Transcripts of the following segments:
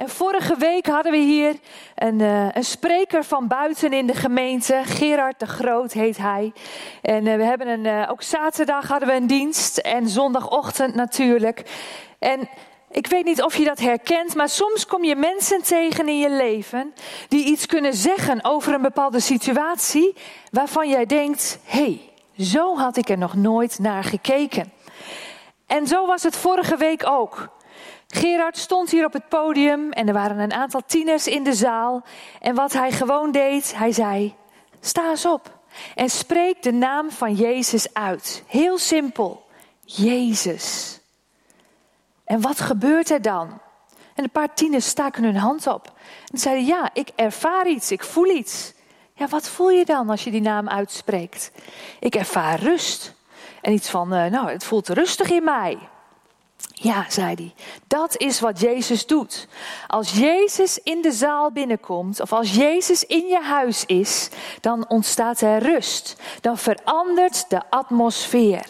En vorige week hadden we hier een spreker van buiten in de gemeente. Gerard de Groot heet hij. En we hebben ook zaterdag hadden we een dienst. En zondagochtend natuurlijk. En ik weet niet of je dat herkent, maar soms kom je mensen tegen in je leven die iets kunnen zeggen over een bepaalde situatie waarvan jij denkt, hé, zo had ik er nog nooit naar gekeken. En zo was het vorige week ook. Gerard stond hier op het podium en er waren een aantal tieners in de zaal. En wat hij gewoon deed, hij zei, sta eens op en spreek de naam van Jezus uit. Heel simpel, Jezus. En wat gebeurt er dan? En een paar tieners staken hun hand op. En zeiden, ja, ik ervaar iets, ik voel iets. Ja, wat voel je dan als je die naam uitspreekt? Ik ervaar rust. En iets van, het voelt rustig in mij. Ja, zei hij, dat is wat Jezus doet. Als Jezus in de zaal binnenkomt, of als Jezus in je huis is, dan ontstaat er rust. Dan verandert de atmosfeer.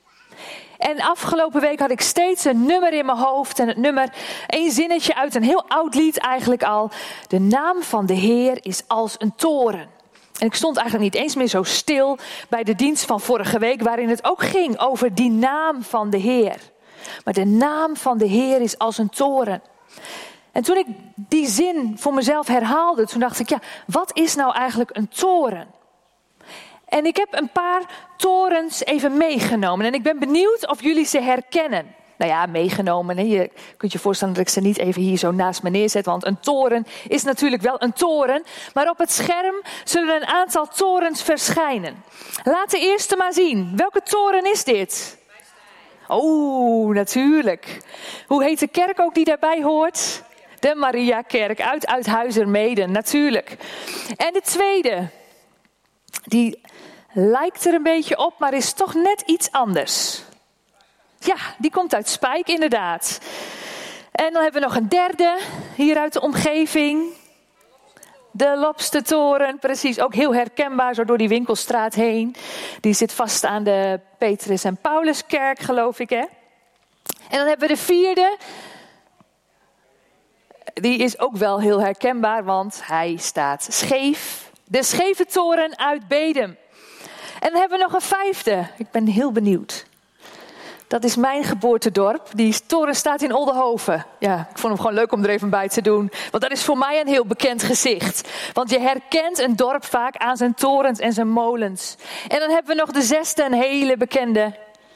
En afgelopen week had ik steeds een nummer in mijn hoofd. En het nummer, één zinnetje uit een heel oud lied eigenlijk al. De naam van de Heer is als een toren. En ik stond eigenlijk niet eens meer zo stil bij de dienst van vorige week, waarin het ook ging over die naam van de Heer. Maar de naam van de Heer is als een toren. En toen ik die zin voor mezelf herhaalde, toen dacht ik, ja, wat is nou eigenlijk een toren? En ik heb een paar torens even meegenomen. En ik ben benieuwd of jullie ze herkennen. Nou ja, meegenomen. Hè? Je kunt je voorstellen dat ik ze niet even hier zo naast me neerzet. Want een toren is natuurlijk wel een toren. Maar op het scherm zullen een aantal torens verschijnen. Laat de eerste maar zien. Welke toren is dit? Oh, natuurlijk. Hoe heet de kerk ook die daarbij hoort? De Mariakerk uit Uithuizermeeden, natuurlijk. En de tweede, die lijkt er een beetje op, maar is toch net iets anders. Ja, die komt uit Spijk, inderdaad. En dan hebben we nog een derde, hier uit de omgeving. De Lobstertoren, precies, ook heel herkenbaar, zo door die winkelstraat heen. Die zit vast aan de Petrus en Pauluskerk, geloof ik, hè. En dan hebben we de vierde. Die is ook wel heel herkenbaar, want hij staat scheef. De Scheve Toren uit Bedum. En dan hebben we nog een vijfde. Ik ben heel benieuwd. Dat is mijn geboortedorp. Die toren staat in Oldenhoven. Ja, ik vond hem gewoon leuk om er even bij te doen. Want dat is voor mij een heel bekend gezicht. Want je herkent een dorp vaak aan zijn torens en zijn molens. En dan hebben we nog de zesde, een hele bekende.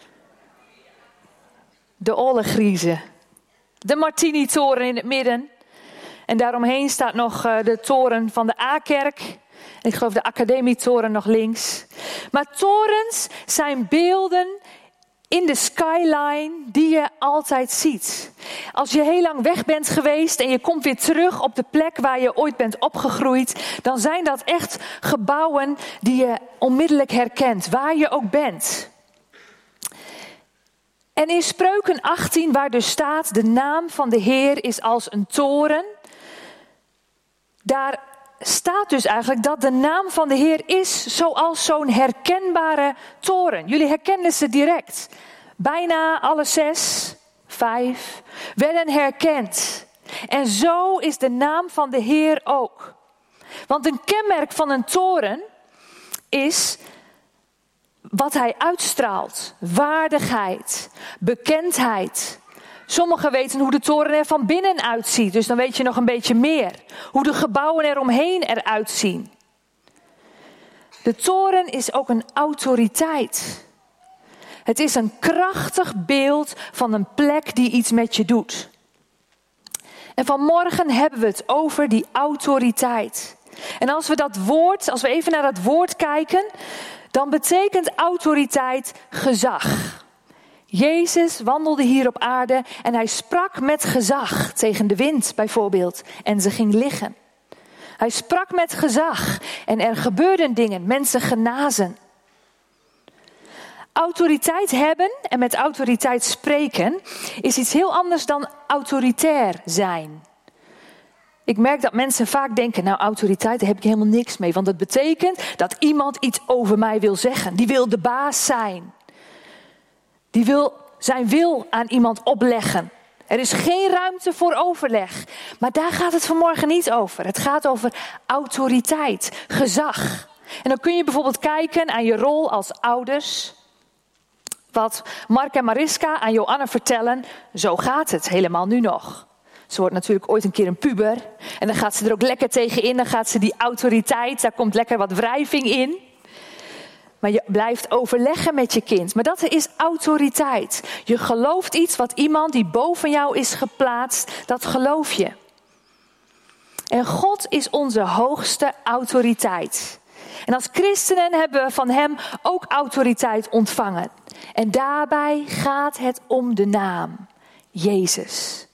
De Ollegrieze. De Martini-toren in het midden. En daaromheen staat nog de toren van de A-kerk. En ik geloof de Academietoren nog links. Maar torens zijn beelden in de skyline die je altijd ziet. Als je heel lang weg bent geweest en je komt weer terug op de plek waar je ooit bent opgegroeid, dan zijn dat echt gebouwen die je onmiddellijk herkent, waar je ook bent. En in Spreuken 18, waar dus staat, de naam van de Heer is als een toren, daar staat dus eigenlijk dat de naam van de Heer is zoals zo'n herkenbare toren. Jullie herkennen ze direct. Bijna alle 6, 5 werden herkend. En zo is de naam van de Heer ook. Want een kenmerk van een toren is wat hij uitstraalt. Waardigheid, bekendheid. Sommigen weten hoe de toren er van binnen uitziet. Dus dan weet je nog een beetje meer. Hoe de gebouwen eromheen eruit zien. De toren is ook een autoriteit. Het is een krachtig beeld van een plek die iets met je doet. En vanmorgen hebben we het over die autoriteit. En als we even naar dat woord kijken, dan betekent autoriteit gezag. Jezus wandelde hier op aarde en hij sprak met gezag tegen de wind bijvoorbeeld. En ze ging liggen. Hij sprak met gezag en er gebeurden dingen, mensen genazen. Autoriteit hebben en met autoriteit spreken is iets heel anders dan autoritair zijn. Ik merk dat mensen vaak denken, nou autoriteit, daar heb ik helemaal niks mee. Want dat betekent dat iemand iets over mij wil zeggen. Die wil de baas zijn. Die wil zijn wil aan iemand opleggen. Er is geen ruimte voor overleg. Maar daar gaat het vanmorgen niet over. Het gaat over autoriteit, gezag. En dan kun je bijvoorbeeld kijken aan je rol als ouders. Wat Mark en Mariska aan Joanne vertellen, zo gaat het helemaal nu nog. Ze wordt natuurlijk ooit een keer een puber. En dan gaat ze er ook lekker tegen in. Dan gaat ze die autoriteit, daar komt lekker wat wrijving in. Maar je blijft overleggen met je kind. Maar dat is autoriteit. Je gelooft iets wat iemand die boven jou is geplaatst, dat geloof je. En God is onze hoogste autoriteit. En als christenen hebben we van hem ook autoriteit ontvangen. En daarbij gaat het om de naam Jezus.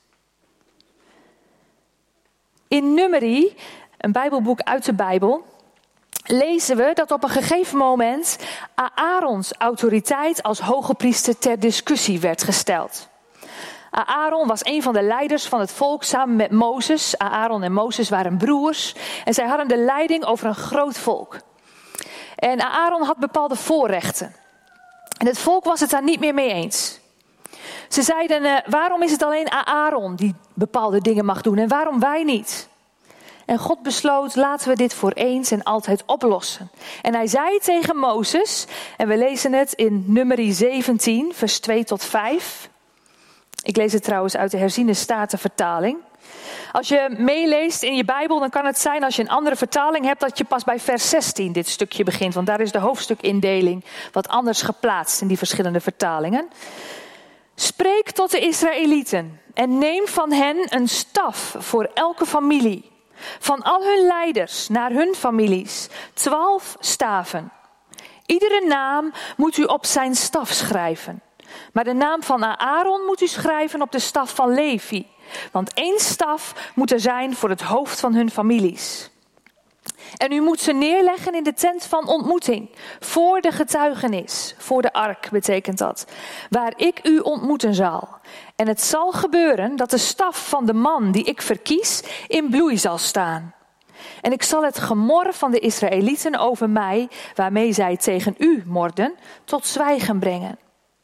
In Numeri, een Bijbelboek uit de Bijbel, lezen we dat op een gegeven moment Aarons autoriteit als hoge priester ter discussie werd gesteld. Aaron was een van de leiders van het volk samen met Mozes. Aaron en Mozes waren broers en zij hadden de leiding over een groot volk. En Aaron had bepaalde voorrechten. En het volk was het daar niet meer mee eens. Ze zeiden, waarom is het alleen Aaron die bepaalde dingen mag doen en waarom wij niet? En God besloot, laten we dit voor eens en altijd oplossen. En hij zei tegen Mozes, en we lezen het in Numeri 17, vers 2 tot 5. Ik lees het trouwens uit de herziene statenvertaling. Als je meeleest in je Bijbel, dan kan het zijn als je een andere vertaling hebt, dat je pas bij vers 16 dit stukje begint. Want daar is de hoofdstukindeling wat anders geplaatst in die verschillende vertalingen. Spreek tot de Israëlieten en neem van hen een staf voor elke familie. Van al hun leiders naar hun families, 12 staven. Iedere naam moet u op zijn staf schrijven. Maar de naam van Aaron moet u schrijven op de staf van Levi. Want 1 staf moet er zijn voor het hoofd van hun families. En u moet ze neerleggen in de tent van ontmoeting. Voor de getuigenis. Voor de ark betekent dat. Waar ik u ontmoeten zal. En het zal gebeuren dat de staf van de man die ik verkies in bloei zal staan. En ik zal het gemor van de Israëlieten over mij, waarmee zij tegen u morden, tot zwijgen brengen.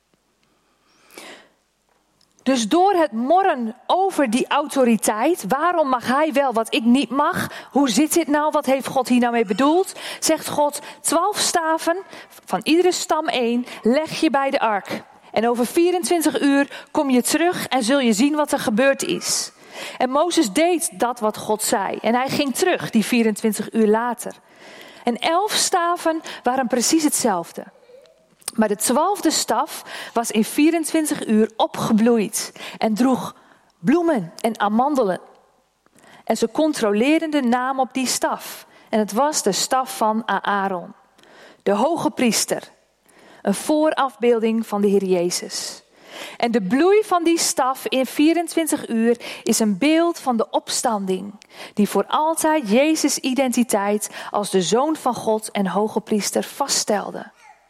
Dus door het morren over die autoriteit, waarom mag hij wel wat ik niet mag? Hoe zit dit nou? Wat heeft God hier nou mee bedoeld? Zegt God, 12 staven, van iedere stam 1, leg je bij de ark. En over 24 uur kom je terug en zul je zien wat er gebeurd is. En Mozes deed dat wat God zei. En hij ging terug die 24 uur later. En 11 staven waren precies hetzelfde. Maar de 12e staf was in 24 uur opgebloeid en droeg bloemen en amandelen. En ze controleerden de naam op die staf. En het was de staf van Aaron, de hoge priester. Een voorafbeelding van de Heer Jezus. En de bloei van die staf in 24 uur is een beeld van de opstanding. Die voor altijd Jezus' identiteit als de Zoon van God en hoge priester vaststelde.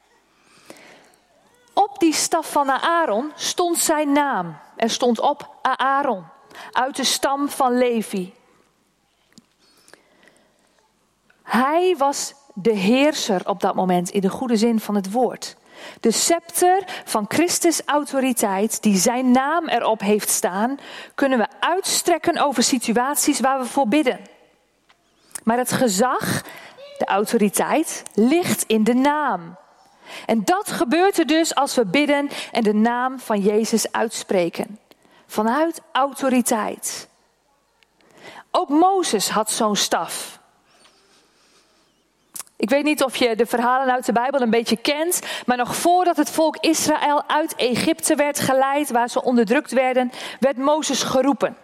Op die staf van Aaron stond zijn naam. Er stond op Aaron, uit de stam van Levi. Hij was de heerser op dat moment in de goede zin van het woord. De scepter van Christus autoriteit die zijn naam erop heeft staan, kunnen we uitstrekken over situaties waar we voor bidden. Maar het gezag, de autoriteit, ligt in de naam. En dat gebeurt er dus als we bidden en de naam van Jezus uitspreken. Vanuit autoriteit. Ook Mozes had zo'n staf. Ik weet niet of je de verhalen uit de Bijbel een beetje kent, maar nog voordat het volk Israël uit Egypte werd geleid, waar ze onderdrukt werden, werd Mozes geroepen.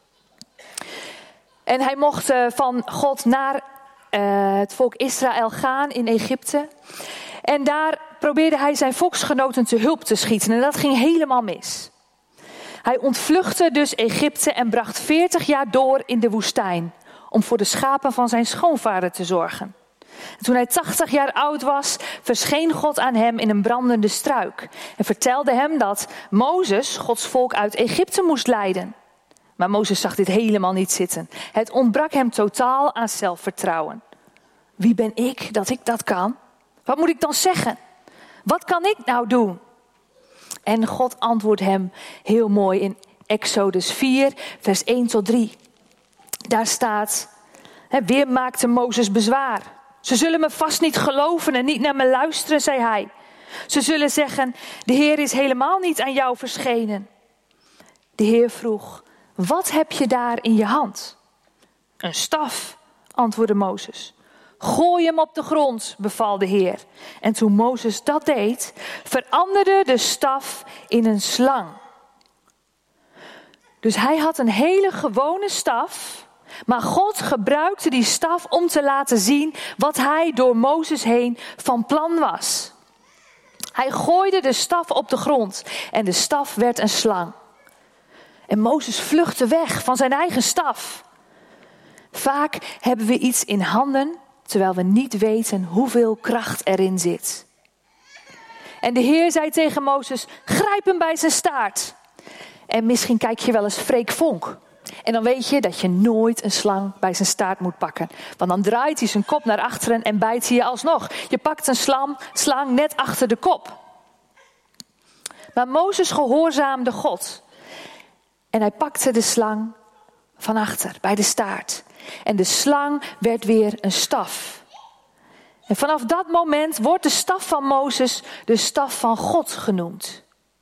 En hij mocht van God naar het volk Israël gaan in Egypte. En daar probeerde hij zijn volksgenoten te hulp te schieten en dat ging helemaal mis. Hij ontvluchtte dus Egypte en bracht 40 jaar door in de woestijn om voor de schapen van zijn schoonvader te zorgen. En toen hij 80 jaar oud was, verscheen God aan hem in een brandende struik en vertelde hem dat Mozes Gods volk uit Egypte moest leiden. Maar Mozes zag dit helemaal niet zitten. Het ontbrak hem totaal aan zelfvertrouwen. Wie ben ik dat ik dat kan? Wat moet ik dan zeggen? Wat kan ik nou doen? En God antwoordt hem heel mooi in Exodus 4, vers 1 tot 3. Daar staat, weer maakte Mozes bezwaar. Ze zullen me vast niet geloven en niet naar me luisteren, zei hij. Ze zullen zeggen, de Heer is helemaal niet aan jou verschenen. De Heer vroeg, wat heb je daar in je hand? Een staf, antwoordde Mozes. Gooi hem op de grond, beval de Heer. En toen Mozes dat deed, veranderde de staf in een slang. Dus hij had een hele gewone staf, maar God gebruikte die staf om te laten zien wat hij door Mozes heen van plan was. Hij gooide de staf op de grond en de staf werd een slang. En Mozes vluchtte weg van zijn eigen staf. Vaak hebben we iets in handen, terwijl we niet weten hoeveel kracht erin zit. En de Heer zei tegen Mozes, grijp hem bij zijn staart. En misschien kijk je wel eens Freek Vonk. En dan weet je dat je nooit een slang bij zijn staart moet pakken. Want dan draait hij zijn kop naar achteren en bijt hij je alsnog. Je pakt een slang net achter de kop. Maar Mozes gehoorzaamde God. En hij pakte de slang van achter, bij de staart. En de slang werd weer een staf. En vanaf dat moment wordt de staf van Mozes de staf van God genoemd.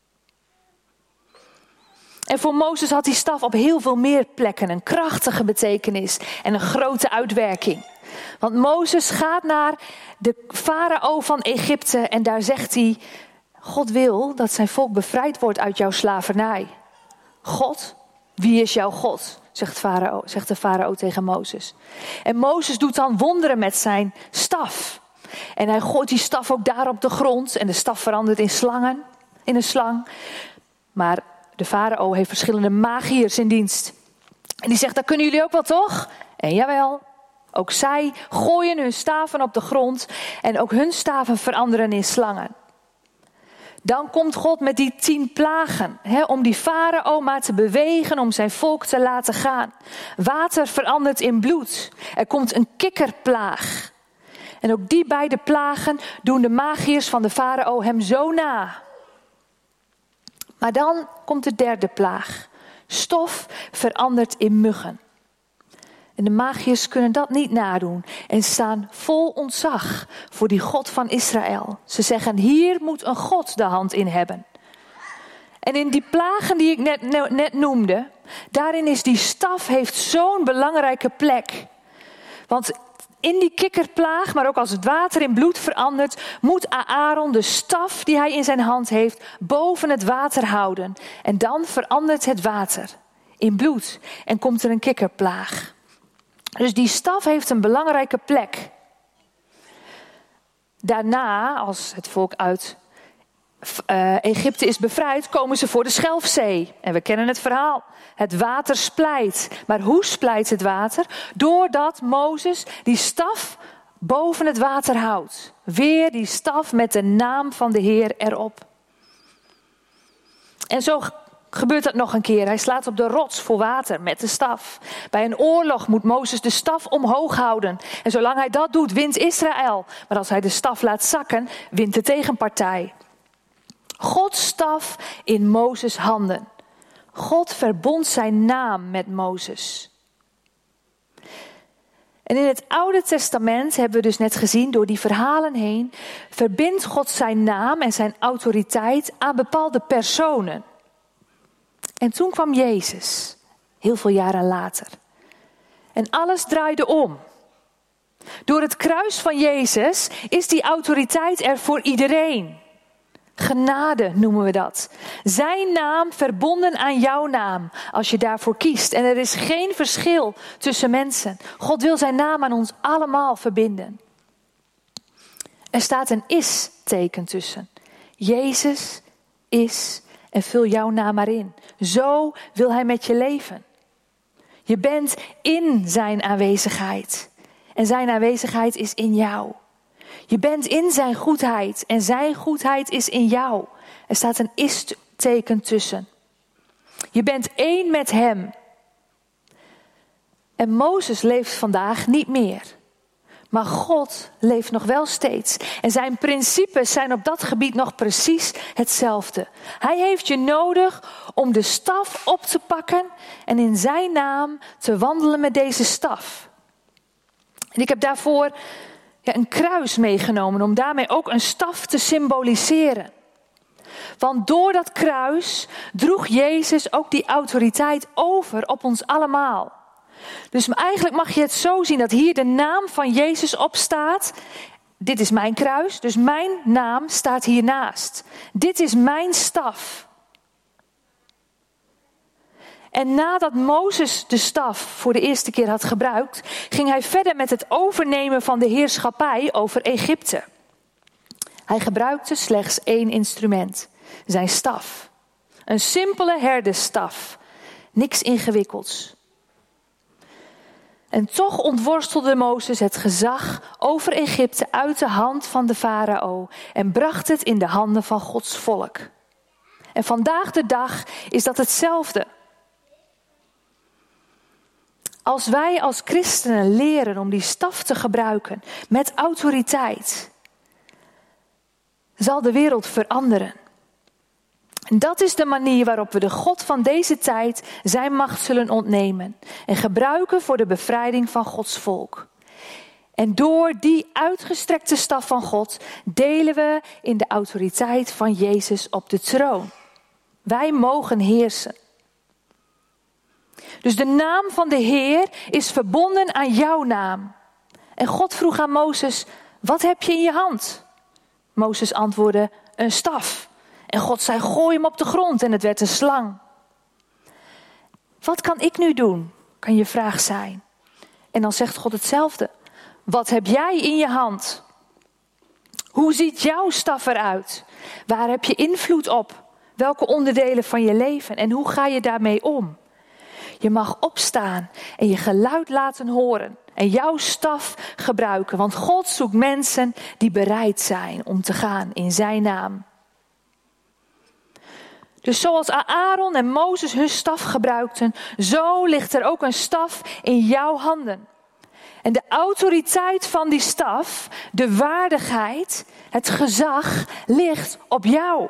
En voor Mozes had die staf op heel veel meer plekken een krachtige betekenis en een grote uitwerking. Want Mozes gaat naar de farao van Egypte en daar zegt hij, God wil dat zijn volk bevrijd wordt uit jouw slavernij. God, wie is jouw God? Zegt de farao tegen Mozes. En Mozes doet dan wonderen met zijn staf. En hij gooit die staf ook daar op de grond en de staf verandert in een slang. Maar de farao heeft verschillende magiërs in dienst. En die zegt, dat kunnen jullie ook wel toch? En jawel, ook zij gooien hun staven op de grond en ook hun staven veranderen in slangen. Dan komt God met die 10 plagen, om die farao maar te bewegen, om zijn volk te laten gaan. Water verandert in bloed. Er komt een kikkerplaag. En ook die beide plagen doen de magiërs van de farao hem zo na. Maar dan komt de 3e plaag. Stof verandert in muggen. En de magiërs kunnen dat niet nadoen en staan vol ontzag voor die God van Israël. Ze zeggen, hier moet een God de hand in hebben. En in die plagen die ik net noemde, daarin is die staf heeft zo'n belangrijke plek. Want in die kikkerplaag, maar ook als het water in bloed verandert, moet Aaron de staf die hij in zijn hand heeft boven het water houden. En dan verandert het water in bloed en komt er een kikkerplaag. Dus die staf heeft een belangrijke plek. Daarna, als het volk uit Egypte is bevrijd, komen ze voor de Schelfzee. En we kennen het verhaal. Het water splijt. Maar hoe splijt het water? Doordat Mozes die staf boven het water houdt. Weer die staf met de naam van de Heer erop. En zo gebeurt dat nog een keer. Hij slaat op de rots voor water met de staf. Bij een oorlog moet Mozes de staf omhoog houden. En zolang hij dat doet, wint Israël. Maar als hij de staf laat zakken, wint de tegenpartij. Gods staf in Mozes' handen. God verbond zijn naam met Mozes. En in het Oude Testament hebben we dus net gezien, door die verhalen heen, verbindt God zijn naam en zijn autoriteit aan bepaalde personen. En toen kwam Jezus, heel veel jaren later. En alles draaide om. Door het kruis van Jezus is die autoriteit er voor iedereen. Genade noemen we dat. Zijn naam verbonden aan jouw naam, als je daarvoor kiest. En er is geen verschil tussen mensen. God wil zijn naam aan ons allemaal verbinden. Er staat een is-teken tussen. Jezus is en vul jouw naam maar in. Zo wil hij met je leven. Je bent in zijn aanwezigheid. En zijn aanwezigheid is in jou. Je bent in zijn goedheid en zijn goedheid is in jou. Er staat een is-teken tussen. Je bent één met hem. En Mozes leeft vandaag niet meer. Maar God leeft nog wel steeds. En zijn principes zijn op dat gebied nog precies hetzelfde. Hij heeft je nodig om de staf op te pakken en in zijn naam te wandelen met deze staf. En ik heb daarvoor een kruis meegenomen om daarmee ook een staf te symboliseren. Want door dat kruis droeg Jezus ook die autoriteit over op ons allemaal. Dus eigenlijk mag je het zo zien dat hier de naam van Jezus op staat. Dit is mijn kruis, dus mijn naam staat hiernaast. Dit is mijn staf. En nadat Mozes de staf voor de eerste keer had gebruikt, ging hij verder met het overnemen van de heerschappij over Egypte. Hij gebruikte slechts 1 instrument, zijn staf. Een simpele herdersstaf, niks ingewikkelds. En toch ontworstelde Mozes het gezag over Egypte uit de hand van de farao en bracht het in de handen van Gods volk. En vandaag de dag is dat hetzelfde. Als wij als christenen leren om die staf te gebruiken met autoriteit, zal de wereld veranderen. En dat is de manier waarop we de God van deze tijd zijn macht zullen ontnemen en gebruiken voor de bevrijding van Gods volk. En door die uitgestrekte staf van God delen we in de autoriteit van Jezus op de troon. Wij mogen heersen. Dus de naam van de Heer is verbonden aan jouw naam. En God vroeg aan Mozes, wat heb je in je hand? Mozes antwoordde, een staf. En God zei, gooi hem op de grond en het werd een slang. Wat kan ik nu doen? Kan je vraag zijn. En dan zegt God hetzelfde. Wat heb jij in je hand? Hoe ziet jouw staf eruit? Waar heb je invloed op? Welke onderdelen van je leven? En hoe ga je daarmee om? Je mag opstaan en je geluid laten horen. En jouw staf gebruiken. Want God zoekt mensen die bereid zijn om te gaan in zijn naam. Dus zoals Aaron en Mozes hun staf gebruikten, zo ligt er ook een staf in jouw handen. En de autoriteit van die staf, de waardigheid, het gezag ligt op jou.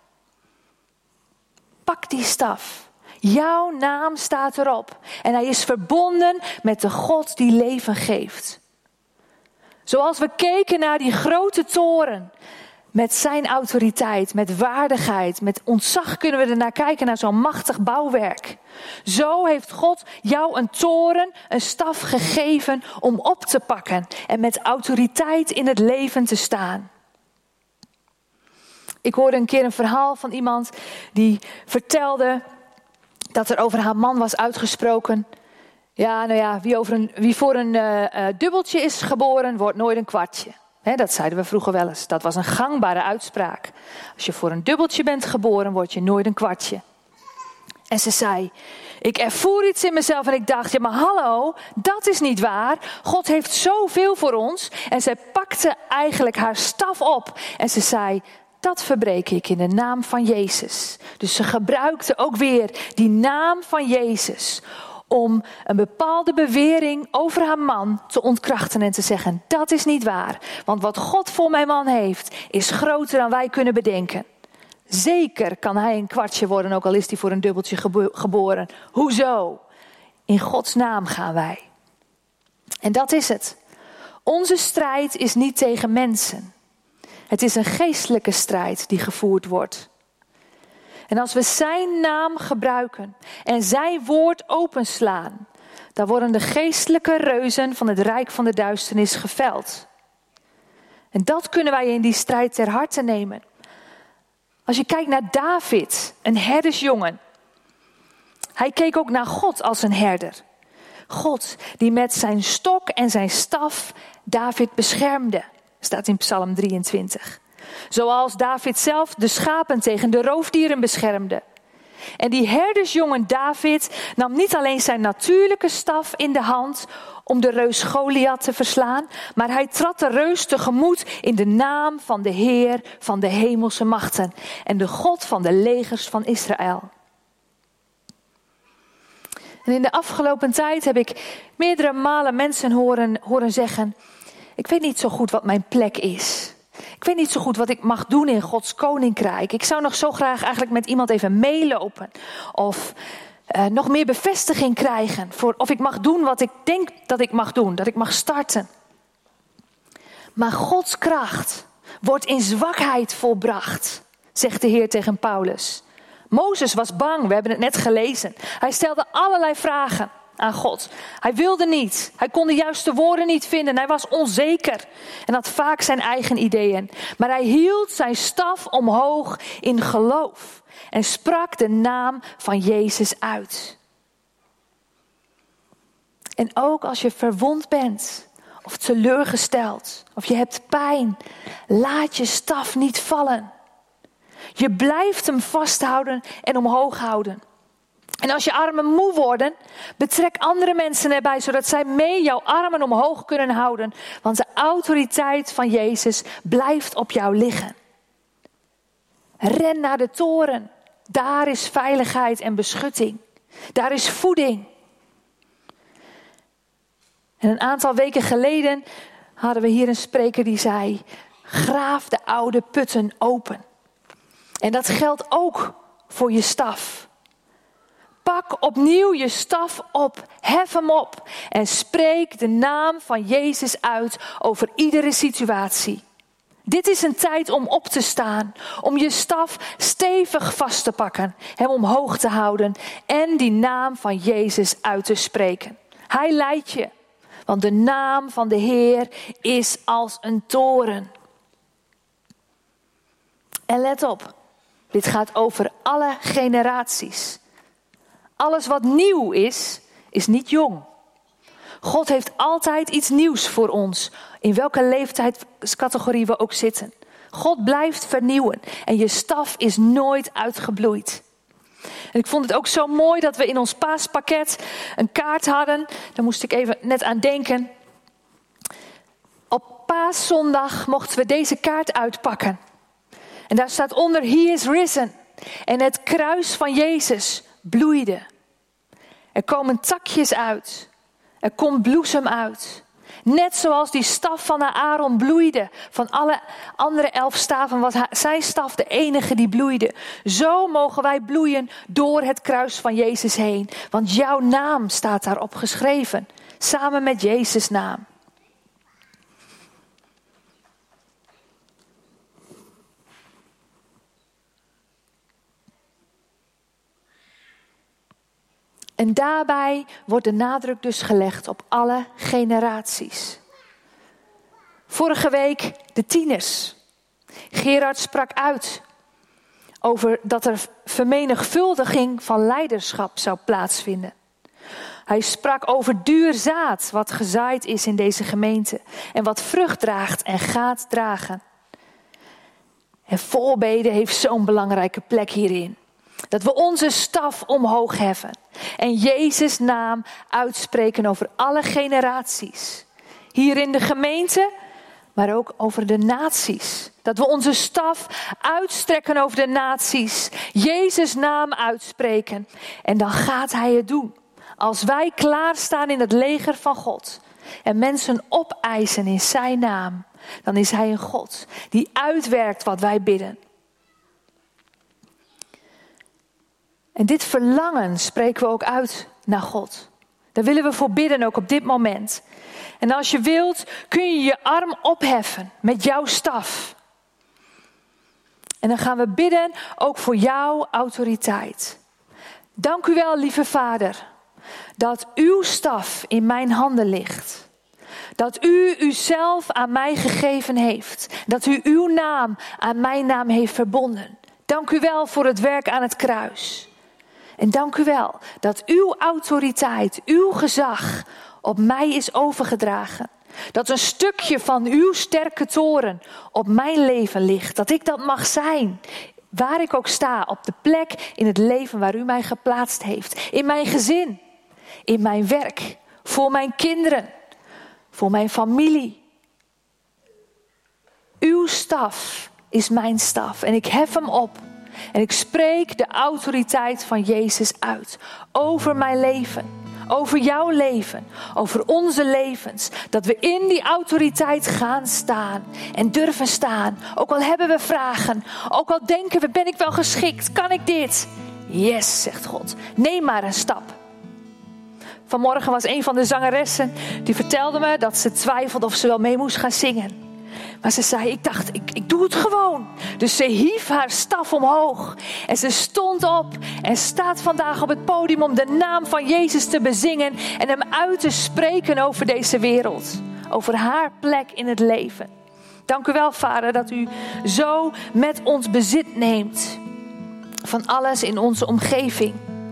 Pak die staf. Jouw naam staat erop. En hij is verbonden met de God die leven geeft. Zoals we keken naar die grote toren. Met zijn autoriteit, met waardigheid, met ontzag kunnen we ernaar kijken naar zo'n machtig bouwwerk. Zo heeft God jou een toren, een staf gegeven om op te pakken. En met autoriteit in het leven te staan. Ik hoorde een keer een verhaal van iemand die vertelde dat er over haar man was uitgesproken. Ja, nou ja, wie voor een dubbeltje is geboren, wordt nooit een kwartje. Dat zeiden we vroeger wel eens. Dat was een gangbare uitspraak. Als je voor een dubbeltje bent geboren, word je nooit een kwartje. En ze zei, ik ervoer iets in mezelf en ik dacht, ja maar hallo, dat is niet waar. God heeft zoveel voor ons. En zij pakte eigenlijk haar staf op. En ze zei, dat verbreek ik in de naam van Jezus. Dus ze gebruikte ook weer die naam van Jezus om een bepaalde bewering over haar man te ontkrachten en te zeggen, dat is niet waar. Want wat God voor mijn man heeft, is groter dan wij kunnen bedenken. Zeker kan hij een kwartje worden, ook al is hij voor een dubbeltje geboren. Hoezo? In Gods naam gaan wij. En dat is het. Onze strijd is niet tegen mensen. Het is een geestelijke strijd die gevoerd wordt. En als we zijn naam gebruiken en zijn woord openslaan, dan worden de geestelijke reuzen van het rijk van de duisternis geveld. En dat kunnen wij in die strijd ter harte nemen. Als je kijkt naar David, een herdersjongen. Hij keek ook naar God als een herder. God die met zijn stok en zijn staf David beschermde. Staat in Psalm 23. Zoals David zelf de schapen tegen de roofdieren beschermde. En die herdersjongen David nam niet alleen zijn natuurlijke staf in de hand om de reus Goliath te verslaan, maar hij trad de reus tegemoet in de naam van de Heer van de hemelse machten en de God van de legers van Israël. En in de afgelopen tijd heb ik meerdere malen mensen horen zeggen, Ik weet niet zo goed wat mijn plek is. Ik weet niet zo goed wat ik mag doen in Gods koninkrijk. Ik zou nog zo graag eigenlijk met iemand even meelopen. Of nog meer bevestiging krijgen. Of ik mag doen wat ik denk dat ik mag doen. Dat ik mag starten. Maar Gods kracht wordt in zwakheid volbracht, zegt de Heer tegen Paulus. Mozes was bang, we hebben het net gelezen. Hij stelde allerlei vragen aan God. Hij wilde niet. Hij kon de juiste woorden niet vinden. Hij was onzeker en had vaak zijn eigen ideeën. Maar hij hield zijn staf omhoog in geloof en sprak de naam van Jezus uit. En ook als je verwond bent of teleurgesteld of je hebt pijn, laat je staf niet vallen. Je blijft hem vasthouden en omhoog houden. En als je armen moe worden, betrek andere mensen erbij, zodat zij mee jouw armen omhoog kunnen houden. Want de autoriteit van Jezus blijft op jou liggen. Ren naar de toren. Daar is veiligheid en beschutting. Daar is voeding. En een aantal weken geleden hadden we hier een spreker die zei: graaf de oude putten open. En dat geldt ook voor je staf. Pak opnieuw je staf op, hef hem op en spreek de naam van Jezus uit over iedere situatie. Dit is een tijd om op te staan, om je staf stevig vast te pakken, hem omhoog te houden en die naam van Jezus uit te spreken. Hij leidt je, want de naam van de Heer is als een toren. En let op, dit gaat over alle generaties. Alles wat nieuw is, is niet jong. God heeft altijd iets nieuws voor ons, in welke leeftijdscategorie we ook zitten. God blijft vernieuwen en je staf is nooit uitgebloeid. En ik vond het ook zo mooi dat we in ons paaspakket een kaart hadden. Daar moest ik even net aan denken. Op Paaszondag mochten we deze kaart uitpakken. En daar staat onder: He is risen. En het kruis van Jezus bloeide. Er komen takjes uit. Er komt bloesem uit. Net zoals die staf van Aaron bloeide. Van alle andere 11 staven was zijn staf de enige die bloeide. Zo mogen wij bloeien door het kruis van Jezus heen. Want jouw naam staat daarop geschreven. Samen met Jezus' naam. En daarbij wordt de nadruk dus gelegd op alle generaties. Vorige week de tieners. Gerard sprak uit over dat er vermenigvuldiging van leiderschap zou plaatsvinden. Hij sprak over duur zaad wat gezaaid is in deze gemeente. En wat vrucht draagt en gaat dragen. En voorbeden heeft zo'n belangrijke plek hierin. Dat we onze staf omhoog heffen. En Jezus' naam uitspreken over alle generaties. Hier in de gemeente, maar ook over de naties. Dat we onze staf uitstrekken over de naties. Jezus' naam uitspreken. En dan gaat hij het doen. Als wij klaarstaan in het leger van God. En mensen opeisen in zijn naam. Dan is hij een God die uitwerkt wat wij bidden. En dit verlangen spreken we ook uit naar God. Daar willen we voor bidden ook op dit moment. En als je wilt, kun je je arm opheffen met jouw staf. En dan gaan we bidden ook voor jouw autoriteit. Dank u wel, lieve Vader, dat uw staf in mijn handen ligt. Dat u uzelf aan mij gegeven heeft. Dat u uw naam aan mijn naam heeft verbonden. Dank u wel voor het werk aan het kruis. En dank u wel dat uw autoriteit, uw gezag op mij is overgedragen. Dat een stukje van uw sterke toren op mijn leven ligt. Dat ik dat mag zijn, waar ik ook sta, op de plek in het leven waar u mij geplaatst heeft. In mijn gezin, in mijn werk, voor mijn kinderen, voor mijn familie. Uw staf is mijn staf en ik hef hem op. En ik spreek de autoriteit van Jezus uit over mijn leven, over jouw leven, over onze levens. Dat we in die autoriteit gaan staan en durven staan. Ook al hebben we vragen, ook al denken we, ben ik wel geschikt? Kan ik dit? Yes, zegt God. Neem maar een stap. Vanmorgen was een van de zangeressen, die vertelde me dat ze twijfelde of ze wel mee moest gaan zingen. Maar ze zei, ik doe het gewoon. Dus ze hief haar staf omhoog. En ze stond op en staat vandaag op het podium om de naam van Jezus te bezingen. En hem uit te spreken over deze wereld. Over haar plek in het leven. Dank u wel, Vader, dat u zo met ons bezit neemt. Van alles in onze omgeving.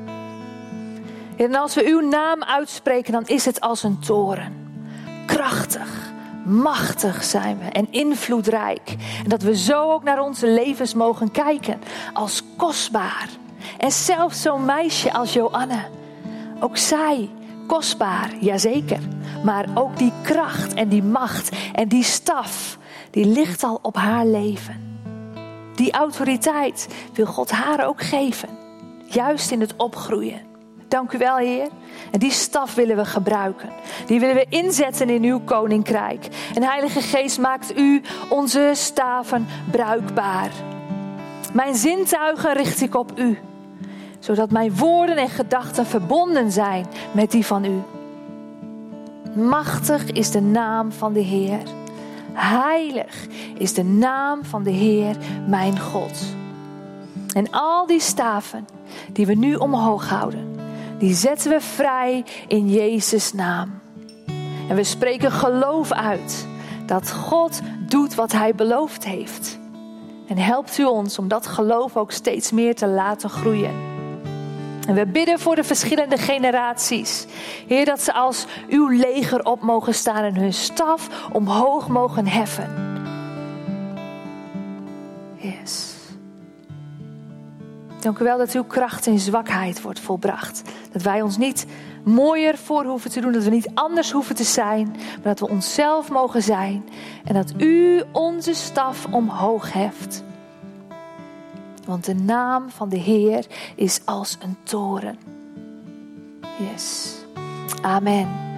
En als we uw naam uitspreken, dan is het als een toren. Krachtig. Machtig zijn we en invloedrijk. En dat we zo ook naar onze levens mogen kijken. Als kostbaar. En zelfs zo'n meisje als Joanne. Ook zij kostbaar, jazeker. Maar ook die kracht en die macht en die staf. Die ligt al op haar leven. Die autoriteit wil God haar ook geven. Juist in het opgroeien. Dank u wel, Heer. En die staf willen we gebruiken. Die willen we inzetten in uw koninkrijk. En Heilige Geest, maakt u onze staven bruikbaar. Mijn zintuigen richt ik op u. Zodat mijn woorden en gedachten verbonden zijn met die van u. Machtig is de naam van de Heer. Heilig is de naam van de Heer, mijn God. En al die staven die we nu omhoog houden, die zetten we vrij in Jezus' naam. En we spreken geloof uit dat God doet wat hij beloofd heeft. En helpt u ons om dat geloof ook steeds meer te laten groeien. En we bidden voor de verschillende generaties. Heer, dat ze als uw leger op mogen staan en hun staf omhoog mogen heffen. Yes. Dank u wel dat uw kracht in zwakheid wordt volbracht. Dat wij ons niet mooier voor hoeven te doen. Dat we niet anders hoeven te zijn. Maar dat we onszelf mogen zijn. En dat u onze staf omhoog heft. Want de naam van de Heer is als een toren. Yes. Amen.